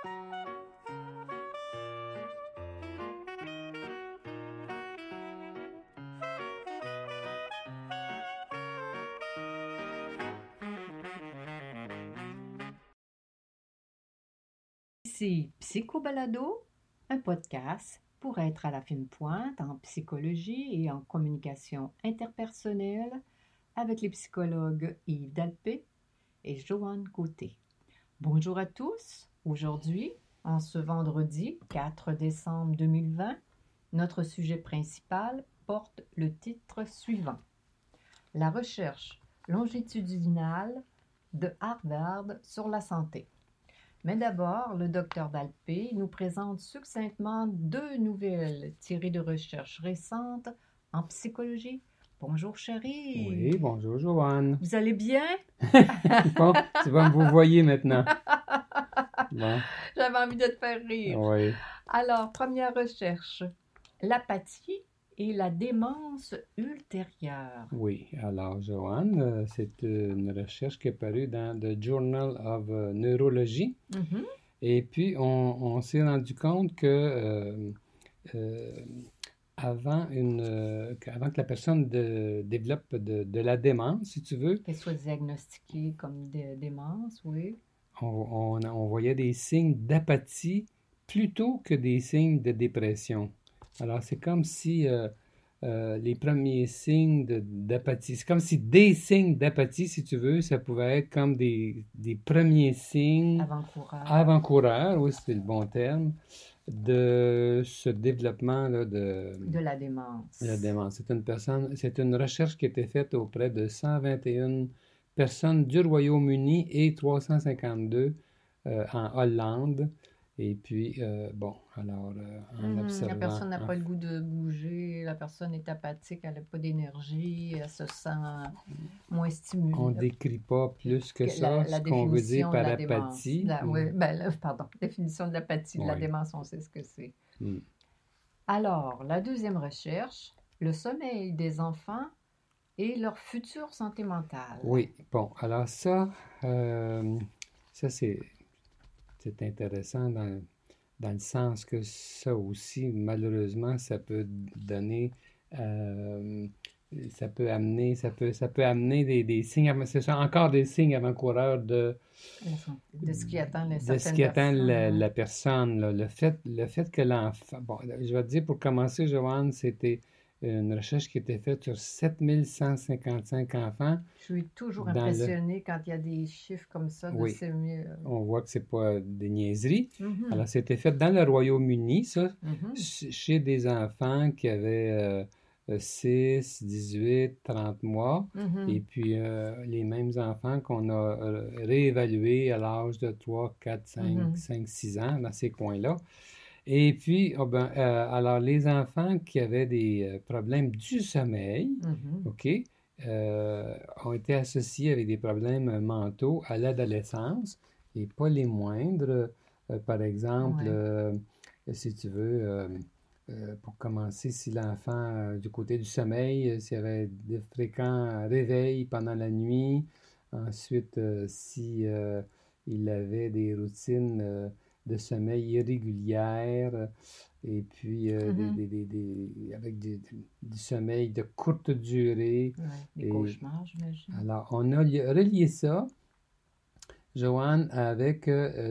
C'est Psychobalado, un podcast pour être à la fine pointe en psychologie et en communication interpersonnelle avec les psychologues Yves Dalpé et Joanne Côté. Bonjour à tous. Aujourd'hui, en ce vendredi 4 décembre 2020, notre sujet principal porte le titre suivant: La recherche longitudinale de Harvard sur la santé. Mais d'abord, le docteur Dalpé nous présente succinctement 2 nouvelles tirées de recherches récentes en psychologie. Bonjour chérie. Oui, bonjour Joanne. Vous allez bien? Bon, tu vas me vous voyez maintenant. Bon. J'avais envie de te faire rire. Oui. Alors, première recherche, l'apathie et la démence ultérieure. Oui, alors Joanne, c'est une recherche qui est parue dans The Journal of Neurology. Mhm. Et puis, on s'est rendu compte que avant que la personne développe de la démence, si tu veux, Qu'elle soit diagnostiquée comme démence, oui. on voyait des signes d'apathie plutôt que des signes de dépression. Alors, c'est comme si les premiers signes d'apathie, c'est comme si des signes d'apathie, si tu veux, ça pouvait être comme des premiers signes avant-coureurs, oui, c'est le bon terme, de ce développement-là de la démence. La démence. C'est une recherche qui a été faite auprès de 121 personnes du Royaume-Uni et 352 en Hollande. Et puis, en observant... La personne n'a pas le goût de bouger, la personne est apathique, elle n'a pas d'énergie, elle se sent moins stimulée. On ne décrit pas plus que ça ce qu'on veut dire par apathie. Définition de l'apathie, de la démence, on sait ce que c'est. Alors, la deuxième recherche, le sommeil des enfants et leur future santé mentale. Oui, bon, alors ça c'est intéressant dans le sens que ça aussi, malheureusement, ça peut donner, ça peut amener des signes, ce sont encore des signes avant-coureurs de ce qui attend la personne. Là. Le fait que l'enfant, bon, je vais te dire pour commencer, Joanne, c'était une recherche qui était faite sur 7155 enfants. Je suis toujours impressionnée quand il y a des chiffres comme ça. Oui, on voit que c'est pas des niaiseries. Alors, c'était fait dans le Royaume-Uni, ça, chez des enfants qui avaient 6, 18, 30 mois. Et puis, les mêmes enfants qu'on a réévalués à l'âge de 3, 4, 5, 6 ans, dans ces coins-là. Et puis, alors, les enfants qui avaient des problèmes du sommeil, OK, ont été associés avec des problèmes mentaux à l'adolescence, et pas les moindres. Par exemple, si tu veux, pour commencer, si l'enfant, du côté du sommeil, s'il y avait de fréquents réveils pendant la nuit, ensuite, si il avait des routines de sommeil irrégulières, et puis avec du sommeil de courte durée. Des cauchemars, j'imagine. Alors, on a relié ça, Joanne, avec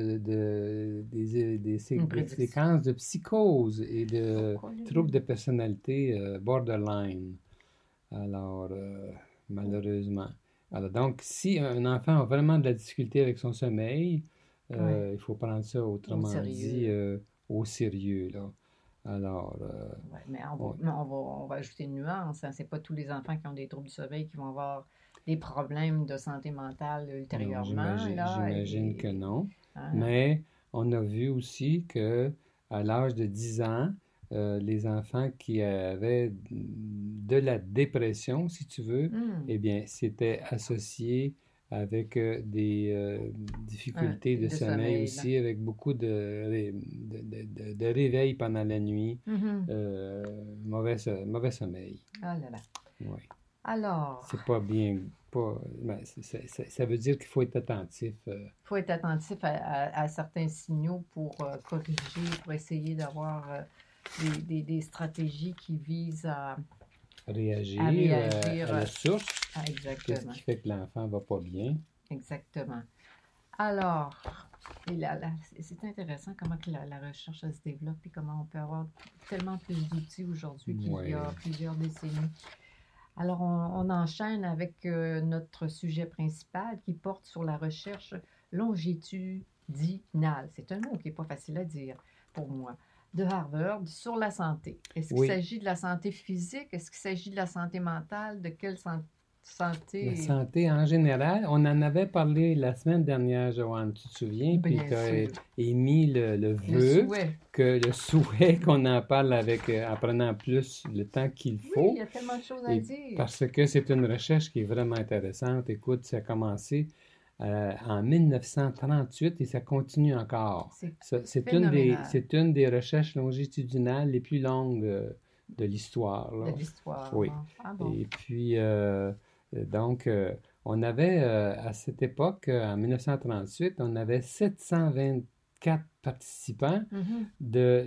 des séquences de psychose et de troubles de personnalité borderline. Alors, malheureusement. Alors, donc, si un enfant a vraiment de la difficulté avec son sommeil, il faut prendre ça, autrement dit, au sérieux, là. Alors... mais on va ajouter une nuance. Hein. Ce n'est pas tous les enfants qui ont des troubles du sommeil qui vont avoir des problèmes de santé mentale ultérieurement. J'imagine que non. Mais on a vu aussi qu'à l'âge de 10 ans, les enfants qui avaient de la dépression, si tu veux, eh bien, c'était associé avec des difficultés de sommeil aussi, avec beaucoup de réveils pendant la nuit, mauvais sommeil. Ah là là. Oui. Alors... C'est pas bien pas... Ben, ça veut dire qu'il faut être attentif. Il faut être attentif à certains signaux pour corriger, pour essayer d'avoir des stratégies qui visent à réagir réagir à la source. Exactement. Qu'est-ce qui fait que l'enfant va pas bien? Exactement. Alors, c'est intéressant comment que la recherche se développe et comment on peut avoir tellement plus d'outils aujourd'hui qu'il y a plusieurs décennies. Alors, on enchaîne avec notre sujet principal qui porte sur la recherche longitudinale. C'est un mot qui n'est pas facile à dire pour moi. De Harvard sur la santé. Est-ce qu'il s'agit de la santé physique? Est-ce qu'il s'agit de la santé mentale? De quelle santé? La santé en général. On en avait parlé la semaine dernière, Joanne, tu te souviens? Puis tu as émis le vœu, le souhait qu'on en parle en prenant plus le temps qu'il faut. Oui, il y a tellement de choses à dire. Parce que c'est une recherche qui est vraiment intéressante. Écoute, ça a commencé en 1938 et ça continue encore. C'est une des recherches longitudinales les plus longues de l'histoire. De l'histoire. Oui. Ah bon. Et puis, donc, on avait, à cette époque, en 1938, on avait 724 participants de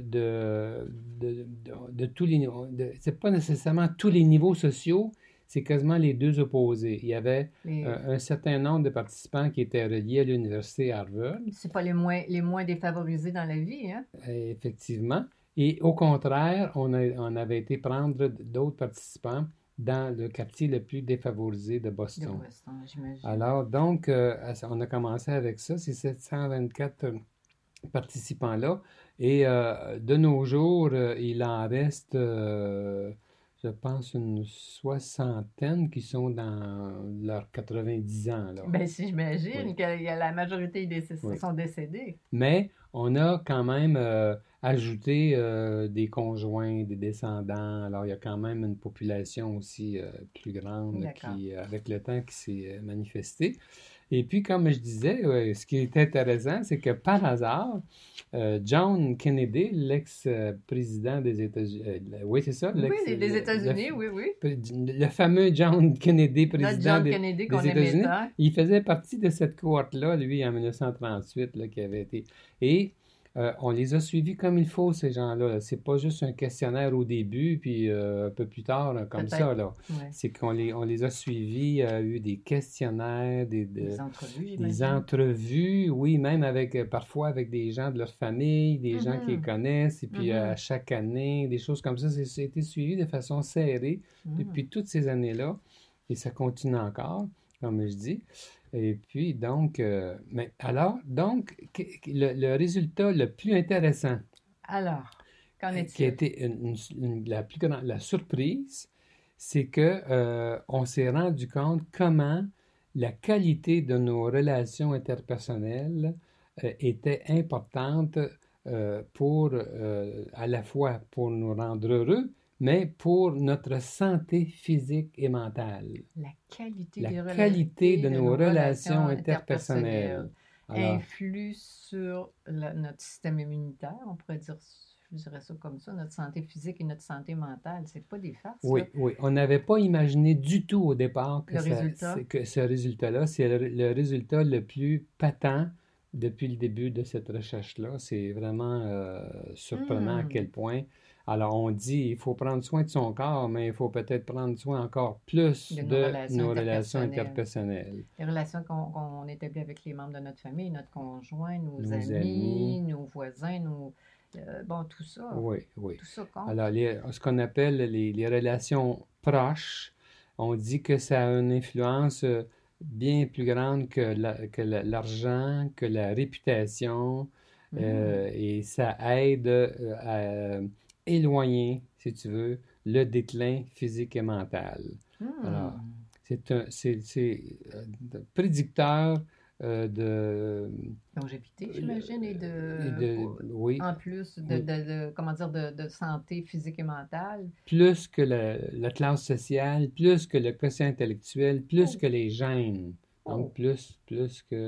tous les niveaux. C'est pas nécessairement tous les niveaux sociaux, c'est quasiment les deux opposés. Il y avait un certain nombre de participants qui étaient reliés à l'université Harvard. C'est pas les moins défavorisés dans la vie, hein? Effectivement. Et au contraire, on avait été prendre d'autres participants dans le quartier le plus défavorisé de Boston. De Boston, j'imagine. Alors, donc, on a commencé avec ça, ces 724 participants-là. Et de nos jours, il en reste, je pense, une soixantaine qui sont dans leurs 90 ans. Là. Bien, si j'imagine que la majorité sont décédés. Mais on a quand même ajouté des conjoints, des descendants. Alors, il y a quand même une population aussi plus grande qui, avec le temps, qui s'est manifestée. Et puis, comme je disais, ce qui est intéressant, c'est que par hasard, John Kennedy, l'ex-président des États-Unis, oui, c'est ça? Oui, des États-Unis, oui. Le fameux John Kennedy, président des États-Unis, il faisait partie de cette cohorte-là, lui, en 1938, là, qui avait été... Et on les a suivis comme il faut, ces gens-là. C'est pas juste un questionnaire au début, puis un peu plus tard, là, comme ça. Là. Ouais. C'est qu'on les a suivis, il y a eu des questionnaires, des entrevues, oui, même parfois avec des gens de leur famille, des gens qui les connaissent, et puis à chaque année, des choses comme ça. Ça a été suivi de façon serrée depuis toutes ces années-là, et ça continue encore, comme je dis. Et puis, donc, le résultat le plus intéressant, alors, qu'en est-il? Qui a été la surprise, c'est que on s'est rendu compte comment la qualité de nos relations interpersonnelles était importante à la fois pour nous rendre heureux, mais pour notre santé physique et mentale. La qualité de nos relations interpersonnelles influe sur notre système immunitaire, on pourrait dire, je dirais ça comme ça, notre santé physique et notre santé mentale. C'est pas des farces. Oui, là. Oui. On n'avait pas imaginé du tout au départ que ce résultat-là, c'est le résultat le plus patent depuis le début de cette recherche-là. C'est vraiment surprenant à quel point. Alors, on dit il faut prendre soin de son corps, mais il faut peut-être prendre soin encore plus de nos relations interpersonnelles. Les relations qu'on établit avec les membres de notre famille, notre conjoint, nos amis, nos voisins, tout ça. Oui. Tout ça compte. Alors, ce qu'on appelle les relations proches, on dit que ça a une influence bien plus grande que l'argent, que la réputation, et ça aide à éloigner, si tu veux, le déclin physique et mental. Alors, c'est prédicteur de longévité, j'imagine, oui. En plus de santé physique et mentale. Plus que la classe sociale, plus que le quotient intellectuel, plus que les gènes. Donc, plus que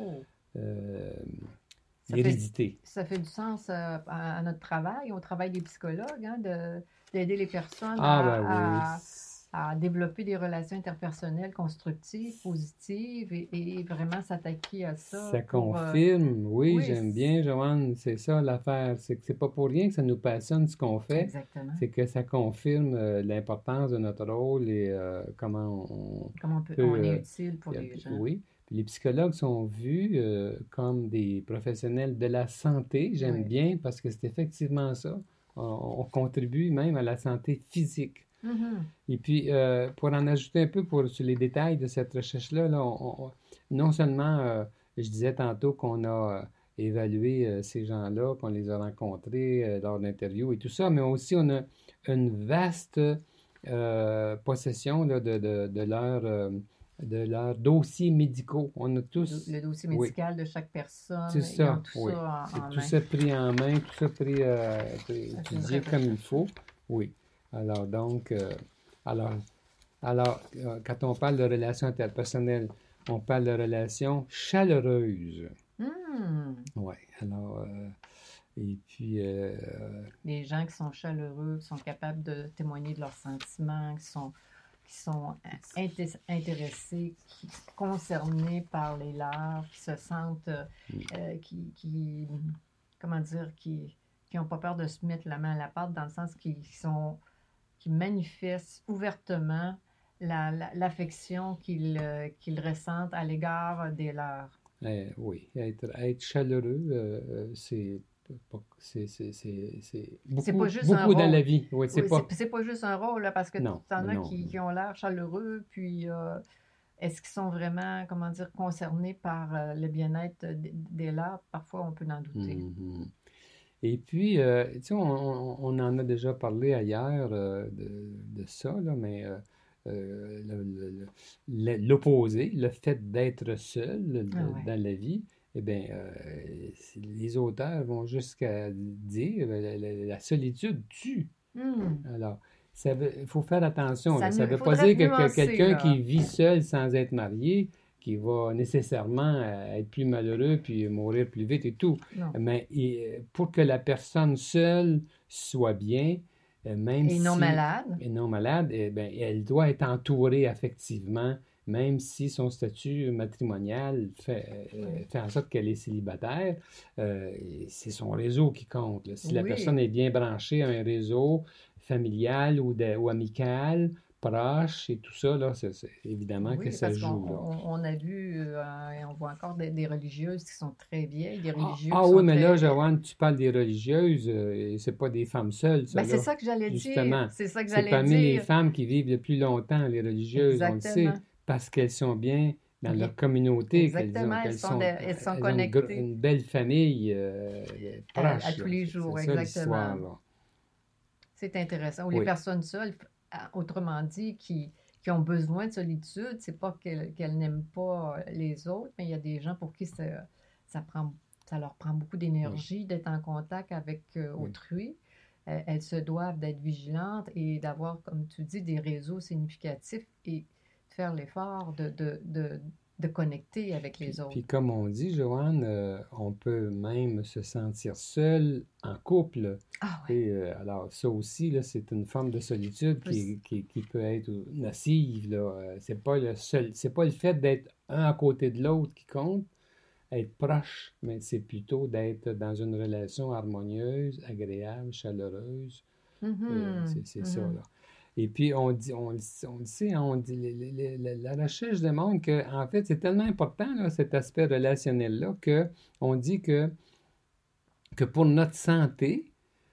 l'hérédité. Ça fait du sens à notre travail, au travail des psychologues, hein, d'aider les personnes à à développer des relations interpersonnelles constructives, positives et vraiment s'attaquer à ça. Ça confirme, oui, oui, j'aime bien, Joanne, c'est ça l'affaire. C'est que c'est pas pour rien que ça nous passionne ce qu'on fait. Exactement. C'est que ça confirme l'importance de notre rôle et comment on est utile pour les gens. Oui. Puis les psychologues sont vus comme des professionnels de la santé. J'aime bien parce que c'est effectivement ça. On contribue même à la santé physique. Et puis, pour en ajouter un peu sur les détails de cette recherche-là, non seulement, je disais tantôt qu'on a évalué ces gens-là, qu'on les a rencontrés lors d'interviews et tout ça, mais aussi on a une vaste possession là, de leurs dossiers médicaux. On a tous... Le dossier médical de chaque personne. C'est ça, tout ça en main. Tout ça pris en main, tout ça pris étudié comme il faut. Oui. Alors, donc, quand on parle de relations interpersonnelles, on parle de relations chaleureuses. Oui. Alors, et puis... les gens qui sont chaleureux, qui sont capables de témoigner de leurs sentiments, qui sont intéressés, concernés par les leurs, qui se sentent, comment dire, qui n'ont pas peur de se mettre la main à la pâte, dans le sens qui manifestent ouvertement l'affection qu'ils ressentent à l'égard des leurs. Oui, être chaleureux, c'est beaucoup dans la vie. Oui, c'est pas juste un rôle, là, parce que t'en as qui ont l'air chaleureux, puis est-ce qu'ils sont vraiment, comment dire, concernés par le bien-être des leurs? Parfois, on peut en douter. Et puis, tu sais, on en a déjà parlé ailleurs de ça, là, mais l'opposé, le fait d'être seul dans la vie, eh bien, les auteurs vont jusqu'à dire la solitude tue. Alors, il faut faire attention. Ça ne veut pas dire que quelqu'un qui vit seul sans être marié, qui va nécessairement être plus malheureux puis mourir plus vite et tout. Non. Mais pour que la personne seule soit bien, même non malade. Et non malade, eh bien, elle doit être entourée affectivement, même si son statut matrimonial fait en sorte qu'elle est célibataire. C'est son réseau qui compte. Là. Si la personne est bien branchée à un réseau familial ou amical, proche et tout ça, là, c'est évidemment que ça joue. On a vu, et on voit encore des religieuses qui sont très vieilles, des religieuses oui, mais là, Joanne, tu parles des religieuses, c'est pas des femmes seules, ça. C'est ça que j'allais dire. C'est parmi les femmes qui vivent le plus longtemps, les religieuses, on le sait, parce qu'elles sont bien dans leur communauté. Exactement, elles sont connectées. Une belle famille proche. À tous les jours, c'est exactement. C'est intéressant. Ou les personnes seules, autrement dit, qui ont besoin de solitude, c'est pas qu'elles n'aiment pas les autres, mais il y a des gens pour qui ça leur prend beaucoup d'énergie d'être en contact avec autrui. Elles se doivent d'être vigilantes et d'avoir, comme tu dis, des réseaux significatifs et de faire l'effort de connecter avec les autres. Puis comme on dit, Joanne, on peut même se sentir seul en couple. Alors ça aussi, là, c'est une forme de solitude qui peut être nocive. C'est pas le fait d'être un à côté de l'autre qui compte, être proche, mais c'est plutôt d'être dans une relation harmonieuse, agréable, chaleureuse. C'est ça, là. Et puis, on le sait, la recherche démontre qu'en fait, c'est tellement important, là, cet aspect relationnel-là, qu'on dit que pour notre santé,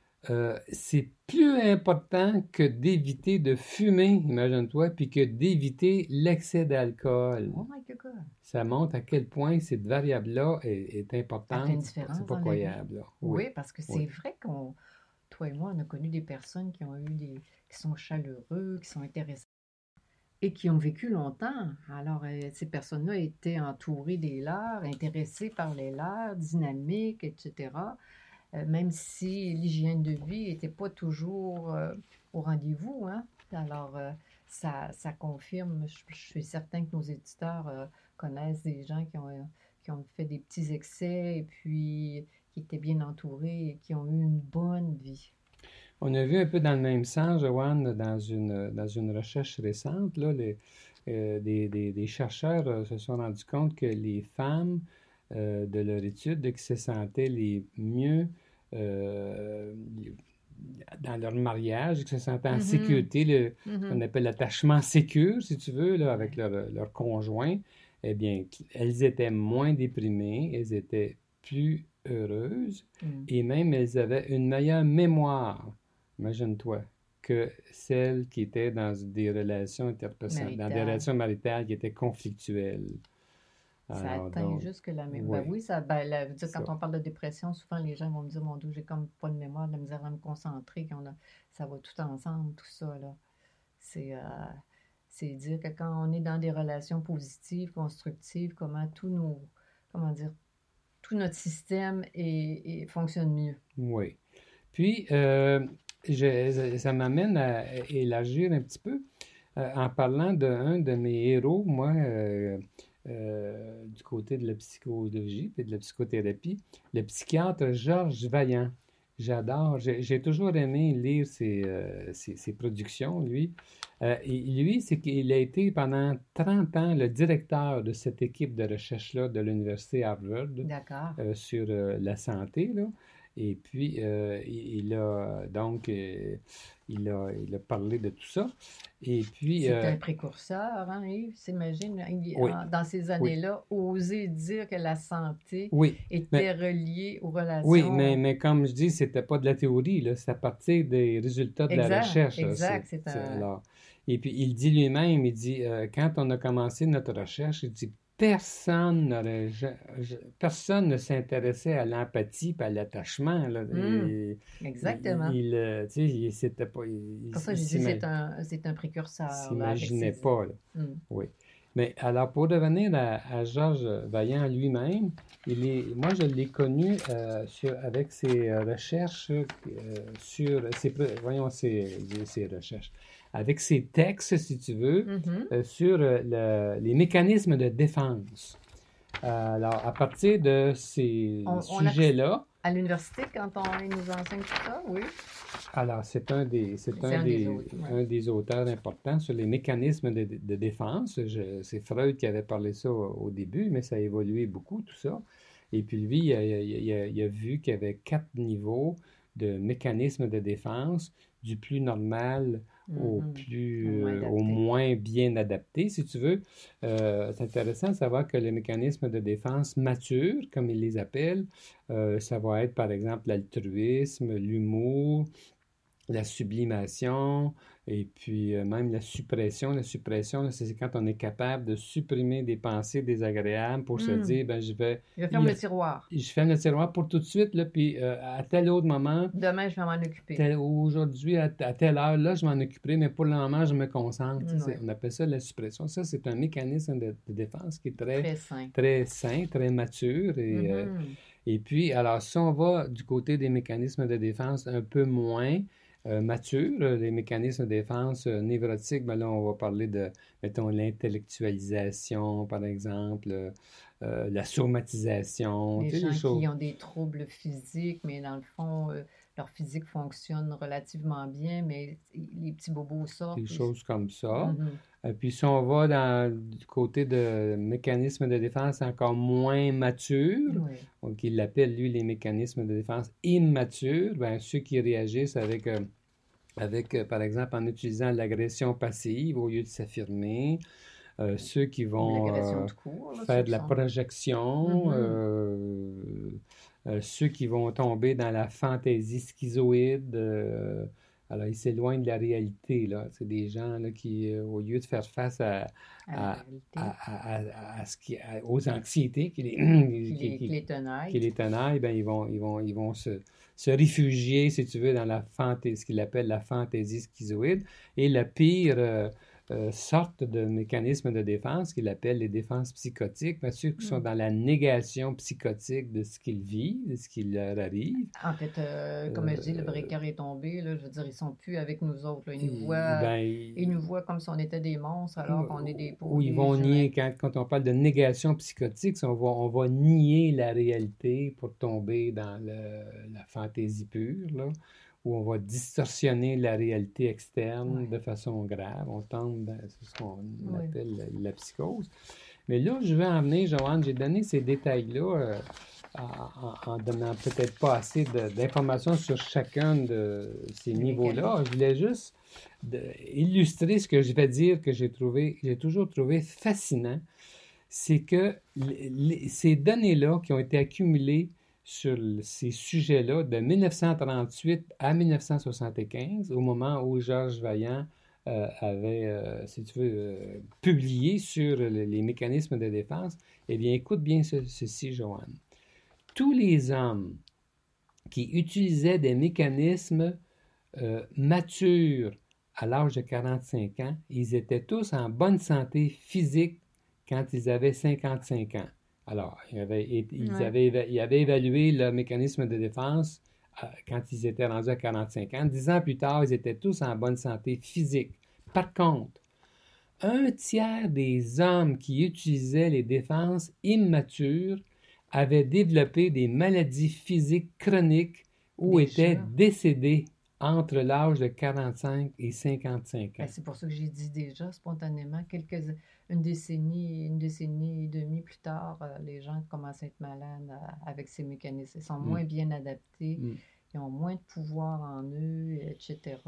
c'est plus important que d'éviter de fumer, imagine-toi, puis que d'éviter l'excès d'alcool. Oh my God! Ça montre à quel point cette variable-là est importante. Ça fait une différence. C'est pas croyable. Oui, parce que c'est vrai toi et moi, on a connu des personnes qui sont chaleureux, qui sont intéressants et qui ont vécu longtemps. Alors, ces personnes-là étaient entourées des leurs, intéressées par les leurs, dynamiques, etc. Même si l'hygiène de vie n'était pas toujours au rendez-vous. Hein? Alors, ça confirme, je suis certain que nos éditeurs connaissent des gens qui ont fait des petits excès et puis qui étaient bien entourés et qui ont eu une bonne vie. On a vu un peu dans le même sens, Joanne, dans une recherche récente, là, des chercheurs se sont rendus compte que les femmes de leur étude qui se sentaient les mieux euh, dans leur mariage, qui se sentaient en sécurité, ce qu'on appelle l'attachement sécure, si tu veux, là, avec leur conjoint, eh bien, elles étaient moins déprimées, elles étaient plus heureuses et même elles avaient une meilleure mémoire, imagine-toi, que celles qui étaient dans des relations interpersonnelles, dans des relations maritales qui étaient conflictuelles. Ça atteint jusque la même. Oui, ben oui, quand on parle de dépression, souvent les gens vont me dire, mon Dieu, j'ai comme pas de mémoire, de la misère à me concentrer, ça va tout ensemble, tout ça, là. C'est dire que quand on est dans des relations positives, constructives, comment dire, tout notre système fonctionne mieux. Oui. Puis, ça m'amène à élargir un petit peu en parlant d'un de mes héros, moi, du côté de la psychologie et de la psychothérapie, le psychiatre Georges Vaillant. J'adore, j'ai toujours aimé lire ses productions, lui. Et lui, c'est qu'il a été pendant 30 ans le directeur de cette équipe de recherche-là de l'Université Harvard sur la santé, là. Et puis, il a donc, il a parlé de tout ça. Et puis... C'est un précurseur, hein, Yves? S'imagine, dans ces années-là, oser dire que la santé était reliée aux relations. Oui, mais comme je dis, c'était pas de la théorie, là, c'est à partir des résultats de la recherche. Exact, Et puis, il dit lui-même, il dit, quand on a commencé notre recherche, il dit, personne ne s'intéressait à l'empathie et à l'attachement. Là. Exactement. C'était pas... Pour ça, je dis c'est un précurseur. Il s'imaginait pas. Là. Oui. Mais alors, pour revenir à Georges Vaillant lui-même, moi, je l'ai connu avec ses recherches sur ses recherches. Avec ses textes, si tu veux, sur les mécanismes de défense. Alors, à partir de ces sujets-là... À l'université, quand il nous enseigne tout ça, oui. Alors, c'est un des auteurs importants sur les mécanismes de défense. C'est Freud qui avait parlé ça au début, mais ça a évolué beaucoup, tout ça. Et puis lui, il a vu qu'il y avait 4 niveaux de mécanismes de défense, du plus normal au moins bien adapté, si tu veux. C'est intéressant de savoir que les mécanismes de défense matures, comme ils les appellent, ça va être par exemple l'altruisme, l'humour, la sublimation et puis même la suppression. La suppression, là, c'est quand on est capable de supprimer des pensées désagréables pour se dire, ben je ferme le tiroir. Je ferme le tiroir pour tout de suite, là, puis à tel autre moment... Demain, je vais m'en occuper. Aujourd'hui, à telle heure, là, je m'en occuperai, mais pour le moment, je me concentre. On appelle ça la suppression. Ça, c'est un mécanisme de défense qui est très sain, très mature. Et puis, alors, si on va du côté des mécanismes de défense un peu moins matures, les mécanismes de défense névrotiques, ben là, on va parler de, mettons, l'intellectualisation, par exemple, la somatisation. Les gens qui ont des troubles physiques, mais dans le fond, leur physique fonctionne relativement bien, mais les petits bobos sortent. Des choses comme ça. Puis si on va du côté de mécanismes de défense encore moins matures, donc il l'appelle, lui, les mécanismes de défense immatures, ben, ceux qui réagissent avec par exemple, en utilisant l'agression passive au lieu de s'affirmer, ceux qui vont faire de la projection, ceux qui vont tomber dans la fantaisie schizoïde. Alors, ils s'éloignent de la réalité, là. C'est des gens là, qui, au lieu de faire face aux anxiétés qui les tenaillent, ben, ils vont se réfugier, si tu veux, dans ce qu'il appelle la fantaisie schizoïde. Et la pire sorte de mécanisme de défense qu'il appelle les défenses psychotiques, ben, ceux qui sont dans la négation psychotique de ce qu'ils vivent, de ce qui leur arrive. En fait, comme je dis, le breaker est tombé, là, je veux dire, ils sont plus avec nous autres. Là. Ils nous voient comme si on était des monstres alors qu'on est des pauvres. Ou ils vont nier, quand on parle de négation psychotique, on va nier la réalité pour tomber dans la fantaisie pure, là. où on va distorsionner la réalité externe de façon grave. On tombe, c'est ce qu'on appelle la psychose. Mais là, je vais emmener, Joanne, j'ai donné ces détails-là en donnant peut-être pas assez d'informations sur chacun de ces niveaux-là. Je voulais juste illustrer ce que je vais dire que j'ai toujours trouvé fascinant. C'est que ces données-là qui ont été accumulées sur ces sujets-là de 1938 à 1975, au moment où Georges Vaillant avait, si tu veux, publié sur les mécanismes de défense, eh bien, écoute bien ceci, Joanne. Tous les hommes qui utilisaient des mécanismes matures à l'âge de 45 ans, ils étaient tous en bonne santé physique quand ils avaient 55 ans. Alors, ils avaient évalué le mécanisme de défense quand ils étaient rendus à 45 ans. 10 ans plus tard, ils étaient tous en bonne santé physique. Par contre, un tiers des hommes qui utilisaient les défenses immatures avaient développé des maladies physiques chroniques ou étaient décédés entre l'âge de 45 et 55 ans. Ben, c'est pour ça que j'ai dit déjà spontanément, une décennie et demie plus tard, les gens commencent à être malades avec ces mécanismes. Ils sont moins bien adaptés, ils ont moins de pouvoir en eux, etc.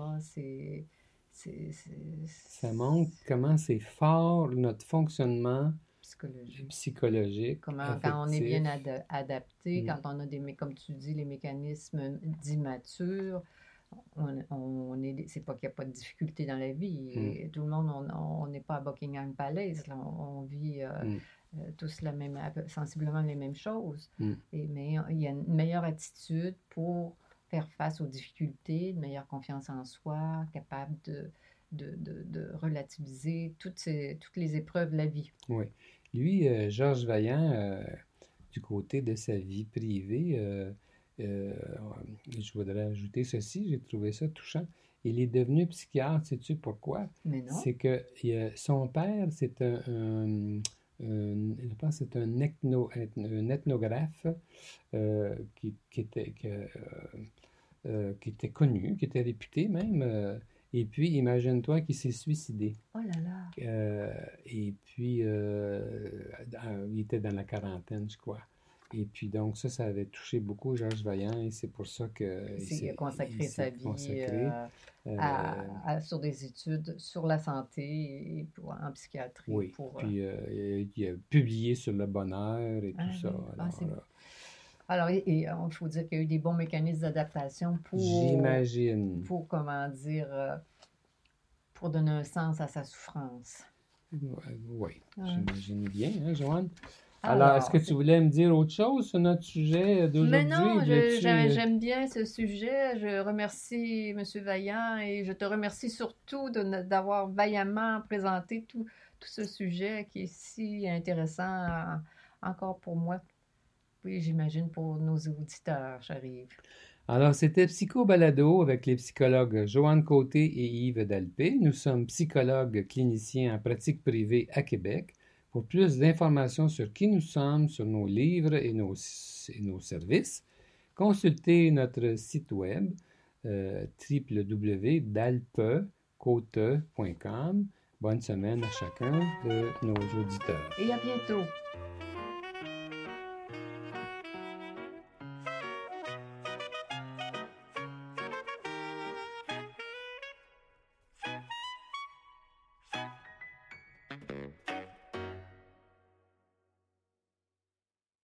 Ça montre comment c'est fort notre fonctionnement psychologique, quand on est bien adapté, quand on a comme tu dis, les mécanismes dits matures, c'est pas qu'il n'y a pas de difficulté dans la vie. Tout le monde, on n'est pas à Buckingham Palace. Là, on vit tous sensiblement les mêmes choses. Mais il y a une meilleure attitude pour faire face aux difficultés, une meilleure confiance en soi, capable de relativiser toutes les épreuves de la vie. Oui. Lui, Georges Vaillant, du côté de sa vie privée, je voudrais ajouter ceci, j'ai trouvé ça touchant. Il est devenu psychiatre, sais-tu pourquoi? Mais non. C'est que son père, c'est je pense que c'est un ethnographe qui était connu, qui était réputé même. Et puis, imagine-toi qu'il s'est suicidé. Oh là là! Et puis, il était dans la quarantaine, je crois. Et puis, donc, ça avait touché beaucoup Georges Vaillant et c'est pour ça qu'il a consacré sa vie sur des études sur la santé et en psychiatrie. Oui, puis il a publié sur le bonheur et tout ça. Alors, il faut dire qu'il y a eu des bons mécanismes d'adaptation j'imagine. Pour, pour donner un sens à sa souffrance. Oui, j'imagine bien, hein, Joanne? Alors, est-ce que tu voulais me dire autre chose sur notre sujet d'aujourd'hui? Mais non, j'aime bien ce sujet. Je remercie M. Vaillant et je te remercie surtout d'avoir vaillamment présenté tout ce sujet qui est si intéressant encore pour moi. Oui, j'imagine pour nos auditeurs, j'arrive. Alors, c'était Psycho Balado avec les psychologues Joanne Côté et Yves Dalpé. Nous sommes psychologues cliniciens en pratique privée à Québec. Pour plus d'informations sur qui nous sommes, sur nos livres et nos services, consultez notre site web www.dalpe.com. Bonne semaine à chacun de nos auditeurs. Et à bientôt!